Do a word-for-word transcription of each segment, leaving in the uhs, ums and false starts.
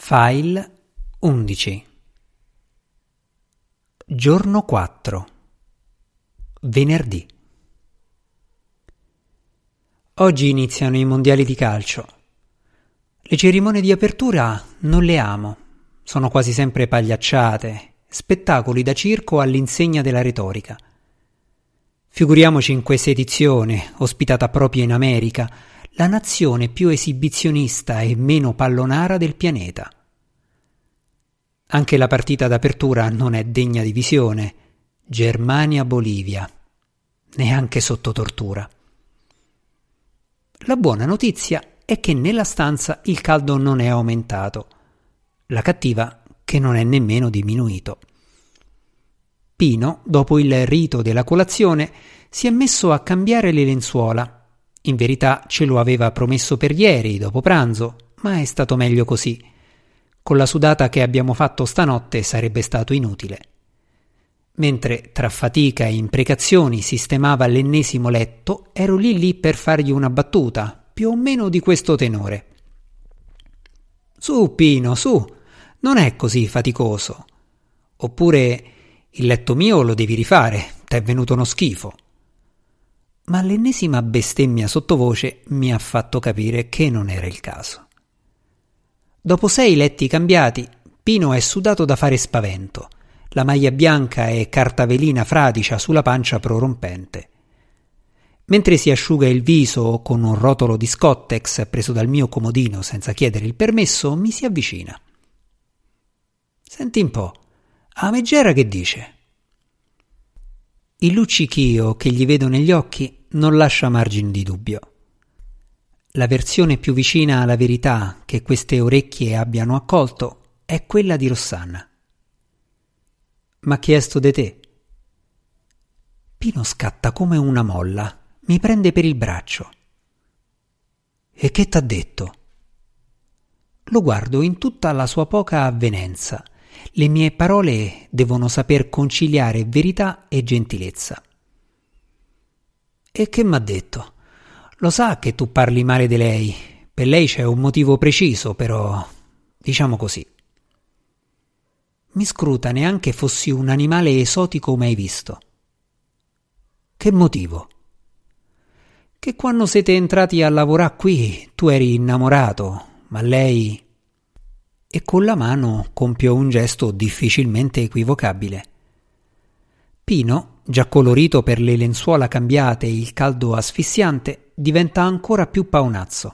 File undici. Giorno quattro. Venerdì. Oggi iniziano i mondiali di calcio. Le cerimonie di apertura non le amo. Sono quasi sempre pagliacciate, spettacoli da circo all'insegna della retorica. Figuriamoci in questa edizione, ospitata proprio in America, la nazione più esibizionista e meno pallonara del pianeta. Anche la partita d'apertura non è degna di visione. Germania-Bolivia. Neanche sotto tortura. La buona notizia è che nella stanza il caldo non è aumentato. La cattiva che non è nemmeno diminuito. Pino, dopo il rito della colazione, si è messo a cambiare le lenzuola. In verità ce lo aveva promesso per ieri, dopo pranzo, ma è stato meglio così. Con la sudata che abbiamo fatto stanotte sarebbe stato inutile. Mentre tra fatica e imprecazioni sistemava l'ennesimo letto, ero lì lì per fargli una battuta, più o meno di questo tenore. Su, Pino, su, non è così faticoso. Oppure il letto mio lo devi rifare, t'è venuto uno schifo. Ma l'ennesima bestemmia sottovoce mi ha fatto capire che non era il caso. Dopo sei letti cambiati, Pino è sudato da fare spavento. La maglia bianca è cartavelina fradicia sulla pancia prorompente. Mentre si asciuga il viso con un rotolo di Scottex preso dal mio comodino senza chiedere il permesso, mi si avvicina. Senti un po', a Megera che dice? Il luccichio che gli vedo negli occhi non lascia margine di dubbio. La versione più vicina alla verità che queste orecchie abbiano accolto è quella di Rossana. M'ha chiesto de te. Pino scatta come una molla, mi prende per il braccio. E che t'ha detto? Lo guardo in tutta la sua poca avvenenza. Le mie parole devono saper conciliare verità e gentilezza. E che m'ha detto? Lo sa che tu parli male di lei. Per lei c'è un motivo preciso, però diciamo così. Mi scruta neanche fossi un animale esotico mai visto. Che motivo? Che quando siete entrati a lavorare qui tu eri innamorato, ma lei... E con la mano compiò un gesto difficilmente equivocabile. Pino, già colorito per le lenzuola cambiate e il caldo asfissiante, diventa ancora più paonazzo.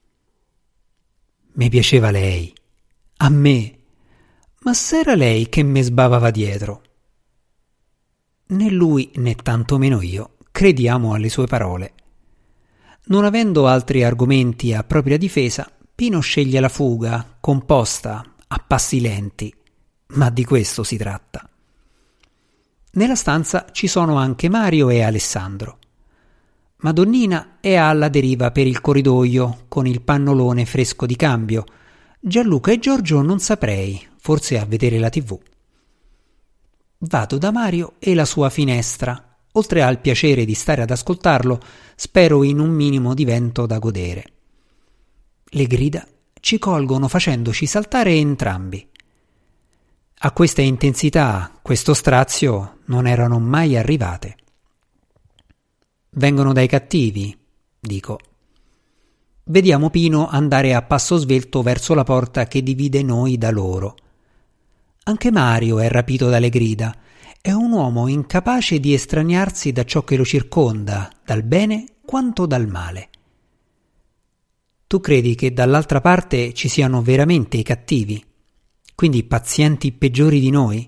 Mi piaceva lei. A me. Ma s'era lei che me sbavava dietro. Né lui né tantomeno io crediamo alle sue parole. Non avendo altri argomenti a propria difesa, Pino sceglie la fuga, composta, a passi lenti, ma di questo si tratta. Nella stanza ci sono anche Mario e Alessandro. Madonnina è alla deriva per il corridoio, con il pannolone fresco di cambio. Gianluca e Giorgio non saprei, forse a vedere la tivù. Vado da Mario e la sua finestra. Oltre al piacere di stare ad ascoltarlo, spero in un minimo di vento da godere. Le grida ci colgono facendoci saltare entrambi. A questa intensità, questo strazio non erano mai arrivate. Vengono dai cattivi, dico. Vediamo Pino andare a passo svelto verso la porta che divide noi da loro. Anche Mario è rapito dalle grida. È un uomo incapace di estraniarsi da ciò che lo circonda, dal bene quanto dal male. Tu credi che dall'altra parte ci siano veramente i cattivi? Quindi pazienti peggiori di noi?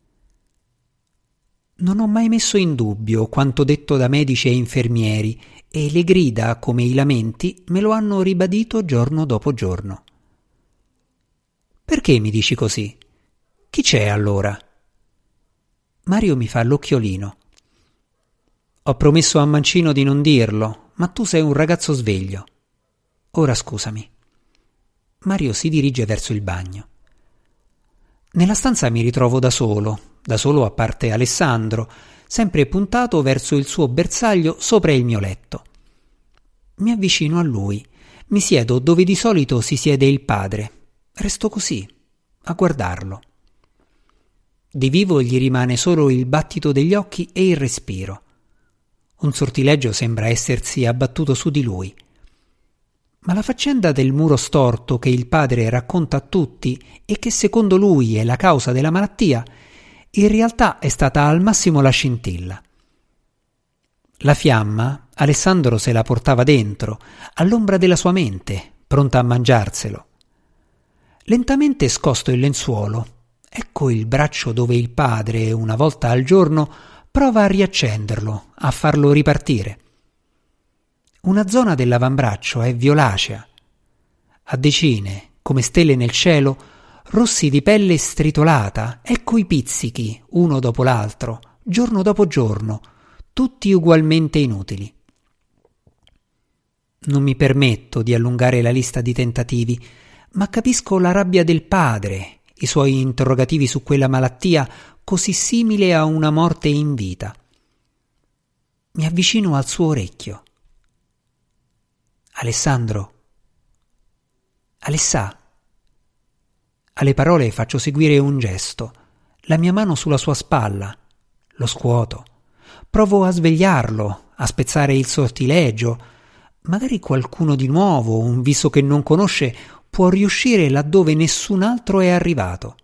Non ho mai messo in dubbio quanto detto da medici e infermieri e le grida come i lamenti me lo hanno ribadito giorno dopo giorno. Perché mi dici così? Chi c'è allora? Mario mi fa l'occhiolino. Ho promesso a Mancino di non dirlo, ma tu sei un ragazzo sveglio. Ora scusami. Mario si dirige verso il bagno. Nella stanza mi ritrovo da solo, da solo a parte Alessandro, sempre puntato verso il suo bersaglio sopra il mio letto. Mi avvicino a lui, mi siedo dove di solito si siede il padre. Resto così, a guardarlo. Di vivo gli rimane solo il battito degli occhi e il respiro. Un sortileggio sembra essersi abbattuto su di lui. Ma la faccenda del muro storto che il padre racconta a tutti e che secondo lui è la causa della malattia, in realtà è stata al massimo la scintilla. La fiamma Alessandro se la portava dentro, all'ombra della sua mente, pronta a mangiarselo. Lentamente scosto il lenzuolo, ecco il braccio dove il padre, una volta al giorno, prova a riaccenderlo, a farlo ripartire. Una zona dell'avambraccio è violacea. A decine, come stelle nel cielo, rossi di pelle stritolata, ecco i pizzichi, uno dopo l'altro, giorno dopo giorno, tutti ugualmente inutili. Non mi permetto di allungare la lista di tentativi, ma capisco la rabbia del padre, i suoi interrogativi su quella malattia così simile a una morte in vita. Mi avvicino al suo orecchio. Alessandro. Alessà. Alle parole faccio seguire un gesto, la mia mano sulla sua spalla, lo scuoto. Provo a svegliarlo, a spezzare il sortileggio. Magari qualcuno di nuovo, un viso che non conosce, può riuscire laddove nessun altro è arrivato.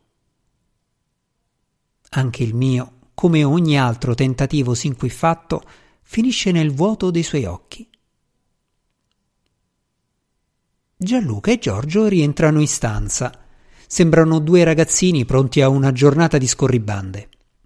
Anche il mio, come ogni altro tentativo sin qui fatto, finisce nel vuoto dei suoi occhi. Gianluca e Giorgio rientrano in stanza. Sembrano due ragazzini pronti a una giornata di scorribande.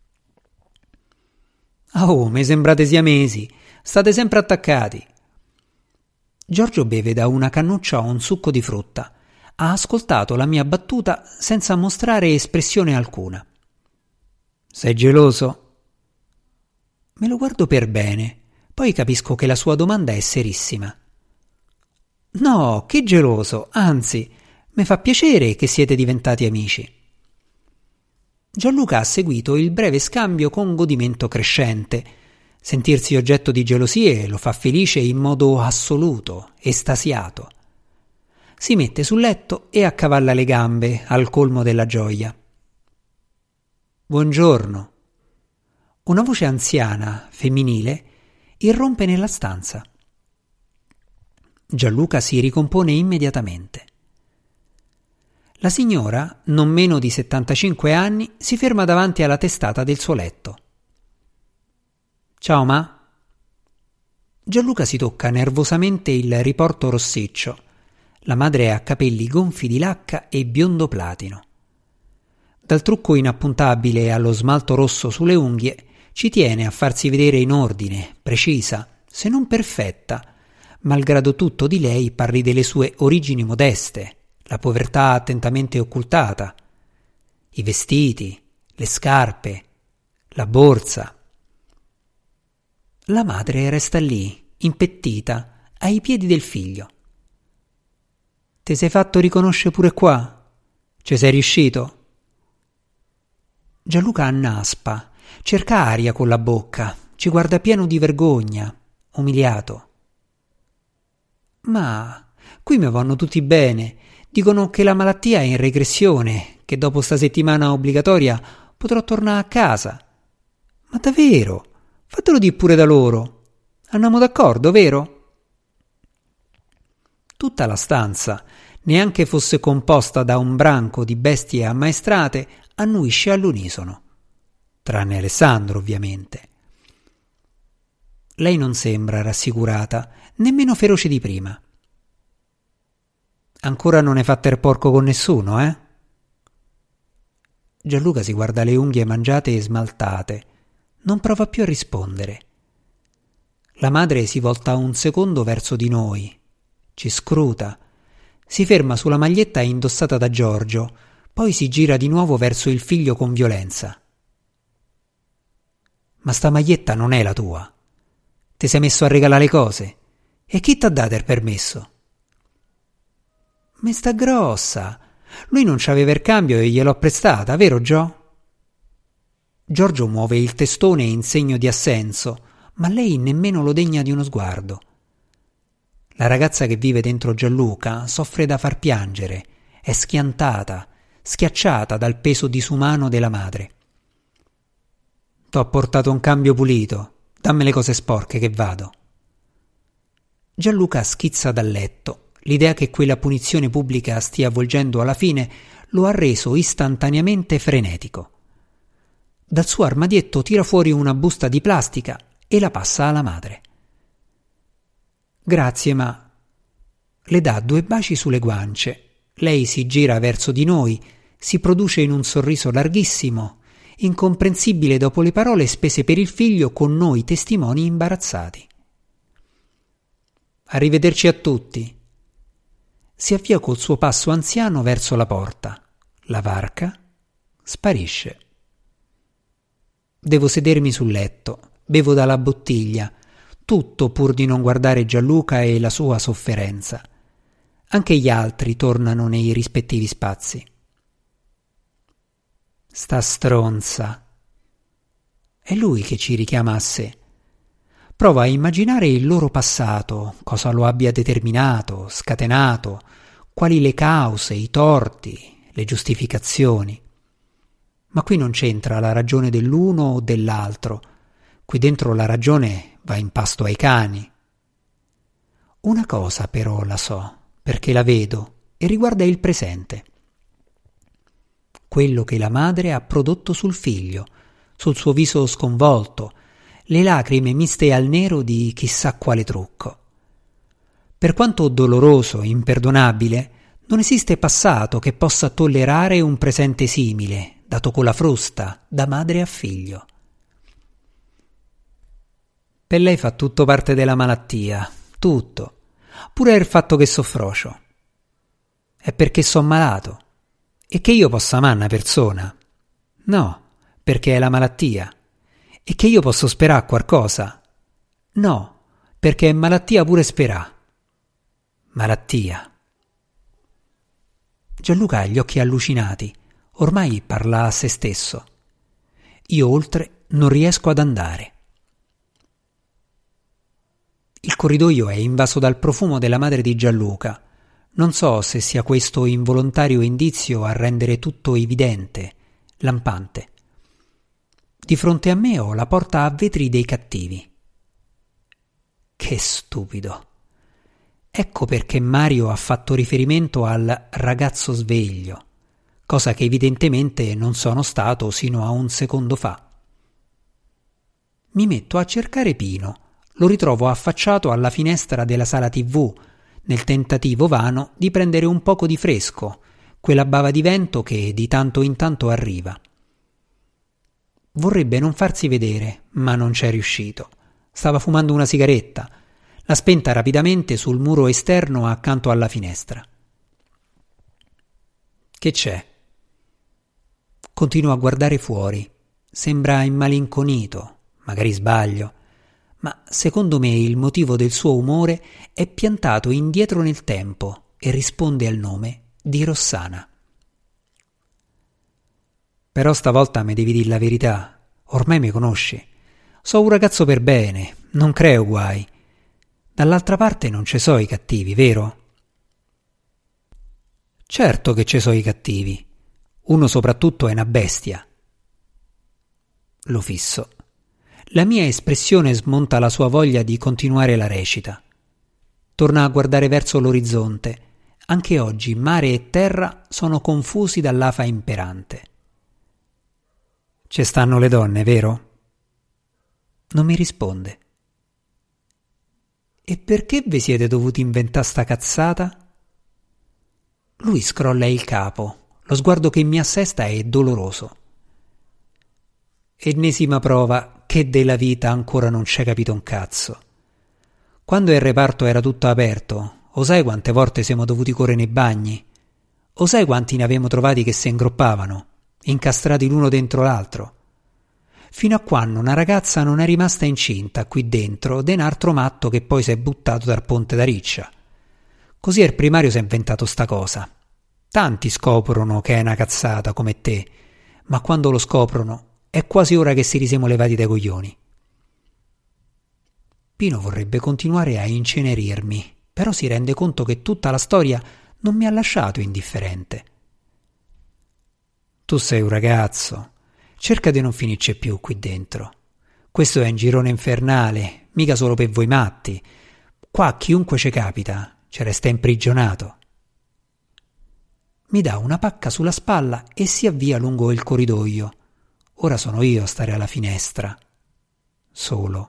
«Oh, mi sembrate siamesi, state sempre attaccati». Giorgio beve da una cannuccia un succo di frutta. Ha ascoltato la mia battuta senza mostrare espressione alcuna. «Sei geloso?» Me lo guardo per bene, poi capisco che la sua domanda è serissima. «No, che geloso, anzi, mi fa piacere che siete diventati amici». Gianluca ha seguito il breve scambio con godimento crescente. Sentirsi oggetto di gelosie lo fa felice in modo assoluto, estasiato. Si mette sul letto e accavalla le gambe al colmo della gioia. «Buongiorno». Una voce anziana, femminile, irrompe nella stanza. Gianluca si ricompone immediatamente. La signora, non meno di settantacinque anni, si ferma davanti alla testata del suo letto. «Ciao, ma». Gianluca si tocca nervosamente il riporto rossiccio. La madre ha capelli gonfi di lacca e biondo platino. Dal trucco inappuntabile allo smalto rosso sulle unghie ci tiene a farsi vedere in ordine, precisa, se non perfetta, malgrado tutto di lei parli delle sue origini modeste, la povertà attentamente occultata, i vestiti, le scarpe, la borsa. La madre resta lì, impettita, ai piedi del figlio. «Te sei fatto riconoscere pure qua? Ci sei riuscito?» Gianluca annaspa, cerca aria con la bocca, ci guarda pieno di vergogna, umiliato. «Ma qui mi vanno tutti bene. Dicono che la malattia è in regressione, che dopo sta settimana obbligatoria potrò tornare a casa. Ma davvero? Fatelo dire pure da loro. Andiamo d'accordo, vero?» Tutta la stanza, neanche fosse composta da un branco di bestie ammaestrate, annuisce all'unisono. Tranne Alessandro, ovviamente. Lei non sembra rassicurata, nemmeno feroce di prima. «Ancora non hai fatto il porco con nessuno, eh?» Gianluca si guarda le unghie mangiate e smaltate. Non prova più a rispondere. La madre si volta un secondo verso di noi. Ci scruta. Si ferma sulla maglietta indossata da Giorgio, poi si gira di nuovo verso il figlio con violenza. «Ma sta maglietta non è la tua. Ti sei messo a regalare le cose. E chi t'ha dato il permesso?» «Me sta grossa. Lui non c'aveva il cambio e gliel'ho prestata, vero Gio?» Giorgio muove il testone in segno di assenso, ma lei nemmeno lo degna di uno sguardo. La ragazza che vive dentro Gianluca soffre da far piangere, è schiantata, schiacciata dal peso disumano della madre. «T'ho portato un cambio pulito, dammi le cose sporche che vado». Gianluca schizza dal letto. L'idea che quella punizione pubblica stia avvolgendo alla fine lo ha reso istantaneamente frenetico. Dal suo armadietto tira fuori una busta di plastica e la passa alla madre. «Grazie, ma...» Le dà due baci sulle guance. Lei si gira verso di noi, si produce in un sorriso larghissimo, incomprensibile dopo le parole spese per il figlio con noi testimoni imbarazzati. «Arrivederci a tutti». Si avvia col suo passo anziano verso la porta. La varca, sparisce. Devo sedermi sul letto, bevo dalla bottiglia, tutto pur di non guardare Gianluca e la sua sofferenza. Anche gli altri tornano nei rispettivi spazi. Sta stronza. È lui che ci richiama a sé. Prova a immaginare il loro passato, cosa lo abbia determinato, scatenato, quali le cause, i torti, le giustificazioni. Ma qui non c'entra la ragione dell'uno o dell'altro. Qui dentro la ragione va in pasto ai cani. Una cosa però la so, perché la vedo, e riguarda il presente. Quello che la madre ha prodotto sul figlio, sul suo viso sconvolto, le lacrime miste al nero di chissà quale trucco. Per quanto doloroso e imperdonabile, non esiste passato che possa tollerare un presente simile, dato con la frusta, da madre a figlio. Per lei fa tutto parte della malattia, tutto, pure il fatto che soffrocio. È perché son malato, e che io possa amare una persona. No, perché è la malattia. E che io posso sperare a qualcosa? No, perché è malattia pure sperà. Malattia. Gianluca ha gli occhi allucinati, ormai parla a se stesso. Io oltre non riesco ad andare. Il corridoio è invaso dal profumo della madre di Gianluca. Non so se sia questo involontario indizio a rendere tutto evidente, lampante. Di fronte a me ho la porta a vetri dei cattivi. Che stupido. Ecco perché Mario ha fatto riferimento al ragazzo sveglio, cosa che evidentemente non sono stato sino a un secondo fa. Mi metto a cercare Pino, lo ritrovo affacciato alla finestra della sala tivù, nel tentativo vano di prendere un poco di fresco, quella bava di vento che di tanto in tanto arriva. Vorrebbe non farsi vedere, ma non c'è riuscito. Stava fumando una sigaretta. L'ha spenta rapidamente sul muro esterno accanto alla finestra. Che c'è? Continua a guardare fuori. Sembra immalinconito, magari sbaglio, ma secondo me il motivo del suo umore è piantato indietro nel tempo e risponde al nome di Rossana. Però stavolta mi devi dire la verità, ormai mi conosci. So un ragazzo per bene, non creo guai. Dall'altra parte non ci so i cattivi, vero? Certo che ci so i cattivi. Uno soprattutto è una bestia. Lo fisso. La mia espressione smonta la sua voglia di continuare la recita. Torna a guardare verso l'orizzonte. Anche oggi mare e terra sono confusi dall'afa imperante. Ci stanno le donne, vero? Non mi risponde. E perché vi siete dovuti inventare sta cazzata? Lui scrolla il capo. Lo sguardo che mi assesta è doloroso. Ennesima prova che della vita ancora non c'è capito un cazzo. Quando il reparto era tutto aperto, o sai quante volte siamo dovuti correre nei bagni? O sai quanti ne avevamo trovati che si ingroppavano, incastrati l'uno dentro l'altro? Fino a quando una ragazza non è rimasta incinta qui dentro de un altro matto che poi si è buttato dal ponte da riccia. Così il primario si è inventato sta cosa. Tanti scoprono che è una cazzata come te, ma quando lo scoprono è quasi ora che si risiamo levati dai coglioni. Pino vorrebbe continuare a incenerirmi, però si rende conto che tutta la storia non mi ha lasciato indifferente. Tu sei un ragazzo. Cerca di non finirci più qui dentro. Questo è un girone infernale, mica solo per voi matti. Qua chiunque ci capita, ci resta imprigionato. Mi dà una pacca sulla spalla e si avvia lungo il corridoio. Ora sono io a stare alla finestra. Solo.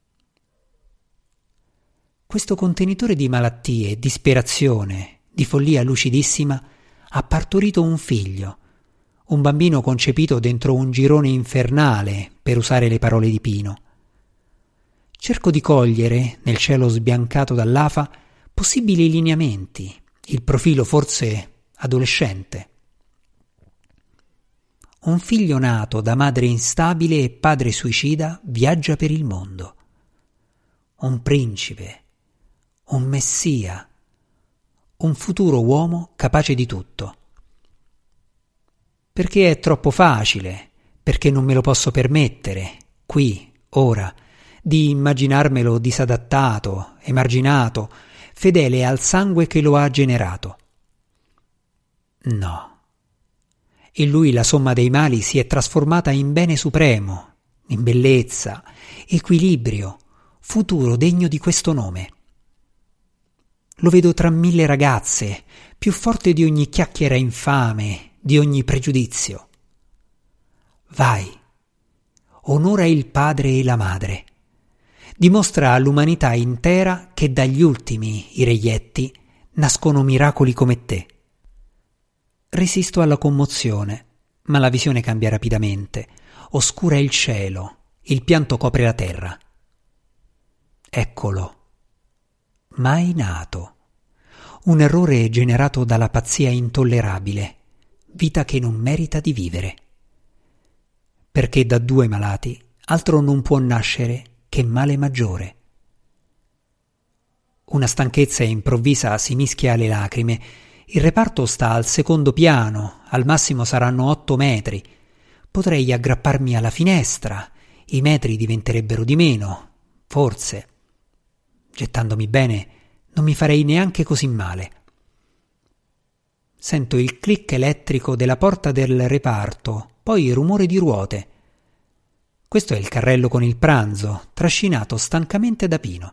Questo contenitore di malattie, disperazione, di follia lucidissima ha partorito un figlio, un bambino concepito dentro un girone infernale, per usare le parole di Pino. Cerco di cogliere, nel cielo sbiancato dall'afa, possibili lineamenti, il profilo forse adolescente. Un figlio nato da madre instabile e padre suicida viaggia per il mondo. Un principe, un messia, un futuro uomo capace di tutto. Perché è troppo facile, perché non me lo posso permettere, qui, ora, di immaginarmelo disadattato, emarginato, fedele al sangue che lo ha generato. No. In lui la somma dei mali si è trasformata in bene supremo, in bellezza, equilibrio, futuro degno di questo nome. Lo vedo tra mille ragazze, più forte di ogni chiacchiera infame, di ogni pregiudizio. Vai, onora il padre e la madre. Dimostra all'umanità intera che dagli ultimi, i reietti, nascono miracoli come te. Resisto alla commozione, ma la visione cambia rapidamente. Oscura il cielo, il pianto copre la terra. Eccolo. Mai nato. Un errore generato dalla pazzia intollerabile, vita che non merita di vivere. Perché da due malati altro non può nascere che male maggiore. Una stanchezza improvvisa si mischia alle lacrime. Il reparto sta al secondo piano, al massimo saranno otto metri. Potrei aggrapparmi alla finestra, i metri diventerebbero di meno, forse. Gettandomi bene, non mi farei neanche così male. Sento il click elettrico della porta del reparto, poi il rumore di ruote. Questo è il carrello con il pranzo, trascinato stancamente da Pino.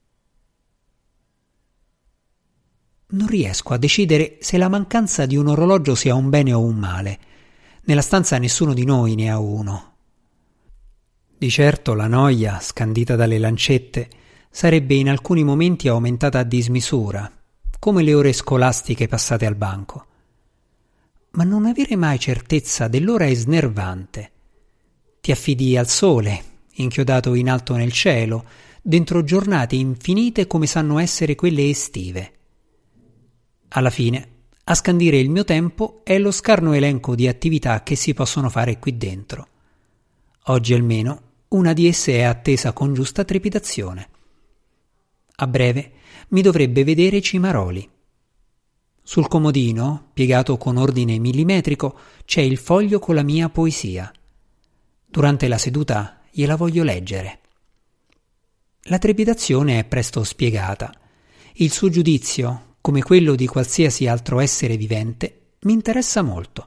Non riesco a decidere se la mancanza di un orologio sia un bene o un male. Nella stanza nessuno di noi ne ha uno. Di certo la noia, scandita dalle lancette, sarebbe in alcuni momenti aumentata a dismisura, come le ore scolastiche passate al banco. Ma non avere mai certezza dell'ora è snervante. Ti affidi al sole, inchiodato in alto nel cielo, dentro giornate infinite come sanno essere quelle estive. Alla fine, a scandire il mio tempo è lo scarno elenco di attività che si possono fare qui dentro. Oggi almeno una di esse è attesa con giusta trepidazione. A breve mi dovrebbe vedere Cimaroli. Sul comodino, piegato con ordine millimetrico, c'è il foglio con la mia poesia. Durante la seduta gliela voglio leggere. La trepidazione è presto spiegata. Il suo giudizio, come quello di qualsiasi altro essere vivente, mi interessa molto.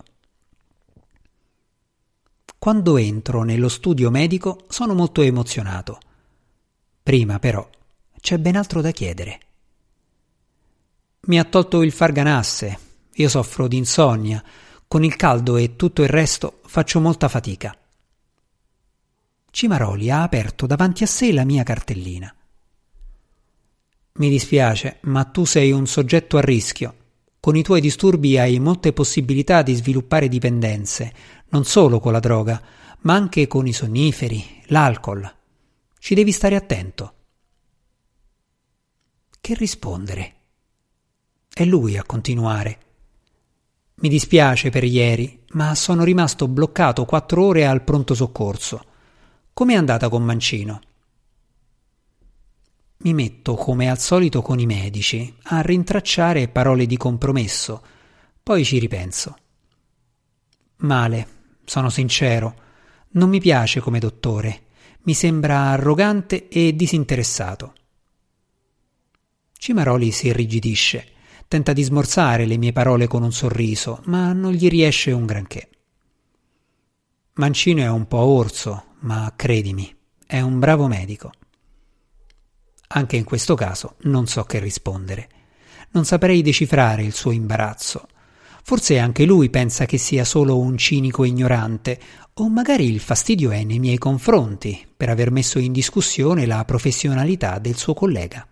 Quando entro nello studio medico sono molto emozionato. Prima, però, c'è ben altro da chiedere. Mi ha tolto il farganasse, io soffro di insonnia, con il caldo e tutto il resto faccio molta fatica. Cimaroli ha aperto davanti a sé la mia cartellina. Mi dispiace, ma tu sei un soggetto a rischio. Con i tuoi disturbi hai molte possibilità di sviluppare dipendenze, non solo con la droga, ma anche con i sonniferi, l'alcol. Ci devi stare attento. Che rispondere? È lui a continuare. Mi dispiace per ieri, ma sono rimasto bloccato quattro ore al pronto soccorso. Com'è andata con Mancino? Mi metto, come al solito con i medici, a rintracciare parole di compromesso. Poi ci ripenso. Male, sono sincero. Non mi piace come dottore. Mi sembra arrogante e disinteressato. Cimaroli si irrigidisce. Tenta di smorzare le mie parole con un sorriso, ma non gli riesce un granché. Mancino è un po' orso, ma credimi, è un bravo medico. Anche in questo caso non so che rispondere. Non saprei decifrare il suo imbarazzo. Forse anche lui pensa che sia solo un cinico ignorante, o magari il fastidio è nei miei confronti per aver messo in discussione la professionalità del suo collega.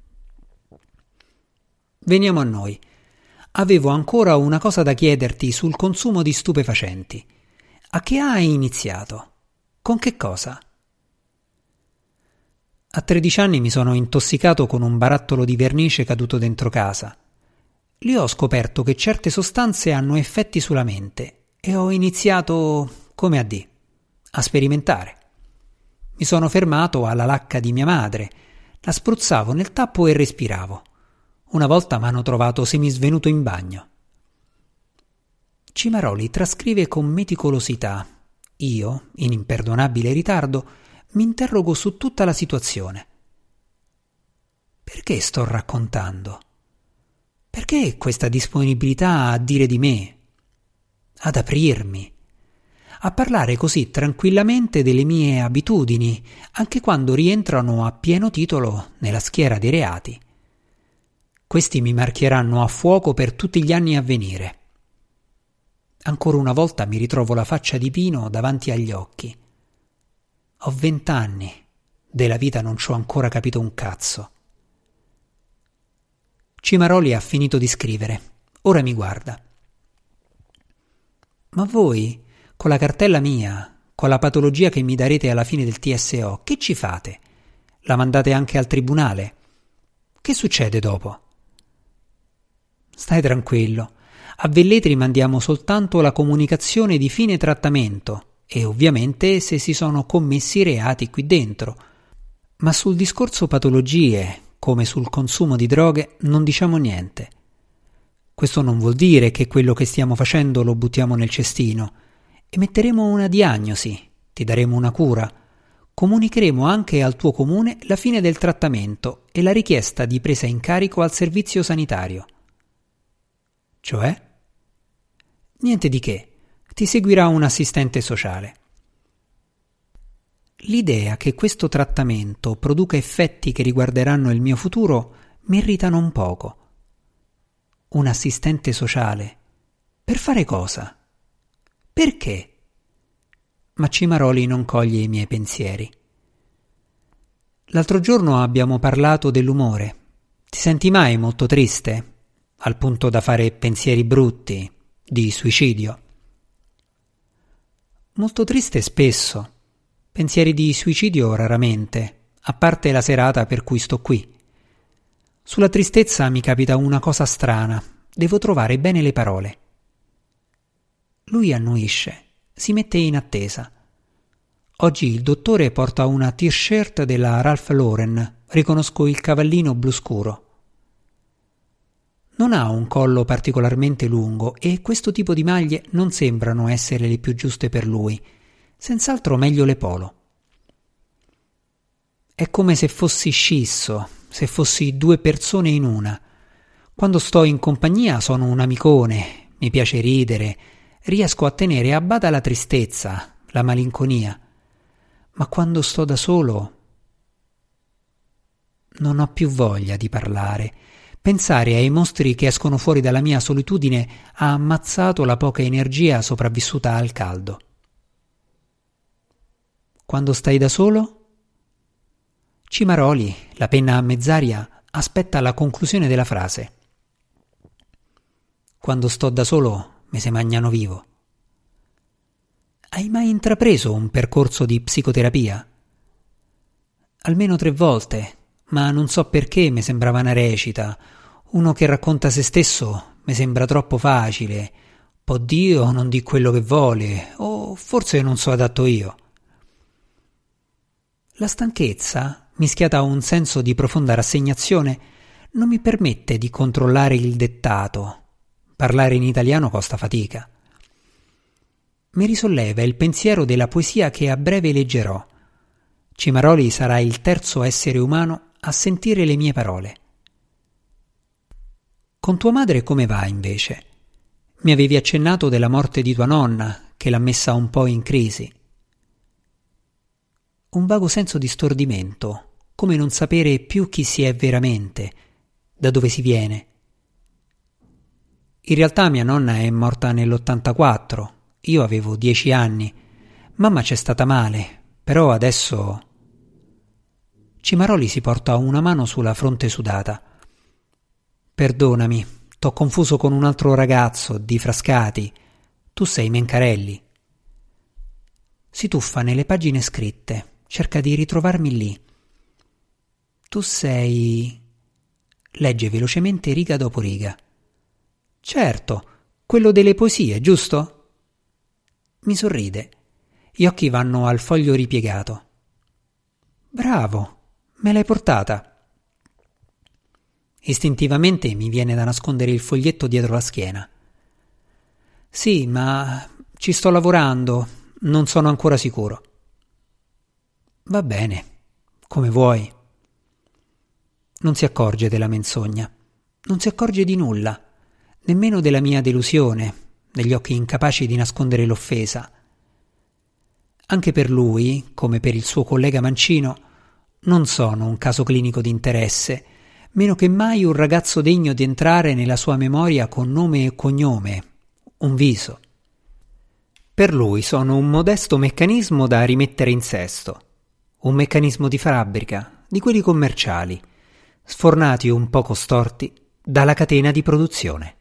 Veniamo a noi. Avevo ancora una cosa da chiederti sul consumo di stupefacenti. A che hai iniziato? Con che cosa? A tredici anni mi sono intossicato con un barattolo di vernice caduto dentro casa. Lì ho scoperto che certe sostanze hanno effetti sulla mente e ho iniziato, come a dire, a sperimentare. Mi sono fermato alla lacca di mia madre, la spruzzavo nel tappo e respiravo. Una volta m'hanno trovato semisvenuto in bagno. Cimaroli trascrive con meticolosità. Io, in imperdonabile ritardo, mi interrogo su tutta la situazione. Perché sto raccontando? Perché questa disponibilità a dire di me? Ad aprirmi? A parlare così tranquillamente delle mie abitudini, anche quando rientrano a pieno titolo nella schiera dei reati? Questi mi marchieranno a fuoco per tutti gli anni a venire. Ancora una volta mi ritrovo la faccia di Pino davanti agli occhi. Ho vent'anni, della vita non ci ho ancora capito un cazzo. Cimaroli ha finito di scrivere, ora mi guarda. Ma voi, con la cartella mia, con la patologia che mi darete alla fine del T S O, che ci fate? La mandate anche al tribunale? Che succede dopo? Stai tranquillo, a Velletri mandiamo soltanto la comunicazione di fine trattamento e ovviamente se si sono commessi reati qui dentro. Ma sul discorso patologie, come sul consumo di droghe, non diciamo niente. Questo non vuol dire che quello che stiamo facendo lo buttiamo nel cestino. Emetteremo una diagnosi, ti daremo una cura, comunicheremo anche al tuo comune la fine del trattamento e la richiesta di presa in carico al servizio sanitario. Cioè? Niente di che. Ti seguirà un assistente sociale. L'idea che questo trattamento produca effetti che riguarderanno il mio futuro mi irrita non poco. Un assistente sociale? Per fare cosa? Perché? Ma Cimaroli non coglie i miei pensieri. L'altro giorno abbiamo parlato dell'umore. Ti senti mai molto triste? Al punto da fare pensieri brutti, di suicidio? Molto triste spesso, pensieri di suicidio raramente, a parte la serata per cui sto qui. Sulla tristezza mi capita una cosa strana, devo trovare bene le parole. Lui annuisce, si mette in attesa. Oggi il dottore porta una t-shirt della Ralph Lauren, riconosco il cavallino blu scuro. Non ha un collo particolarmente lungo e questo tipo di maglie non sembrano essere le più giuste per lui, senz'altro meglio le polo. È come se fossi scisso, se fossi due persone in una. Quando sto in compagnia sono un amicone, mi piace ridere, riesco a tenere a bada la tristezza, la malinconia. Ma quando sto da solo non ho più voglia di parlare. Pensare ai mostri che escono fuori dalla mia solitudine ha ammazzato la poca energia sopravvissuta al caldo. Quando stai da solo? Cimaroli, la penna a mezz'aria, aspetta la conclusione della frase. Quando sto da solo me se magnano vivo. Hai mai intrapreso un percorso di psicoterapia? Almeno tre volte, ma non so perché mi sembrava una recita. Uno che racconta se stesso mi sembra troppo facile. Può Dio non di quello che vuole, o forse non so adatto io. La stanchezza, mischiata a un senso di profonda rassegnazione, non mi permette di controllare il dettato. Parlare in italiano costa fatica. Mi risolleva il pensiero della poesia che a breve leggerò. Cimaroli sarà il terzo essere umano a sentire le mie parole. Con tua madre come va invece? Mi avevi accennato della morte di tua nonna, che l'ha messa un po' in crisi. Un vago senso di stordimento, come non sapere più chi si è veramente, da dove si viene. In realtà mia nonna è morta nell'ottantaquattro, io avevo dieci anni. Mamma c'è stata male, però adesso... Cimaroli si porta una mano sulla fronte sudata. Perdonami, t'ho confuso con un altro ragazzo, di Frascati. Tu sei Mencarelli. Si tuffa nelle pagine scritte, cerca di ritrovarmi lì. Tu sei... Legge velocemente riga dopo riga. Certo, quello delle poesie, giusto? Mi sorride. Gli occhi vanno al foglio ripiegato. Bravo, me l'hai portata. Istintivamente mi viene da nascondere il foglietto dietro la schiena. Sì, ma ci sto lavorando, non sono ancora sicuro. Va bene, come vuoi. Non si accorge della menzogna, non si accorge di nulla, nemmeno della mia delusione, degli occhi incapaci di nascondere l'offesa. Anche per lui, come per il suo collega Mancino, non sono un caso clinico di interesse, meno che mai un ragazzo degno di entrare nella sua memoria con nome e cognome, un viso. Per lui sono un modesto meccanismo da rimettere in sesto, un meccanismo di fabbrica, di quelli commerciali, sfornati un poco storti dalla catena di produzione.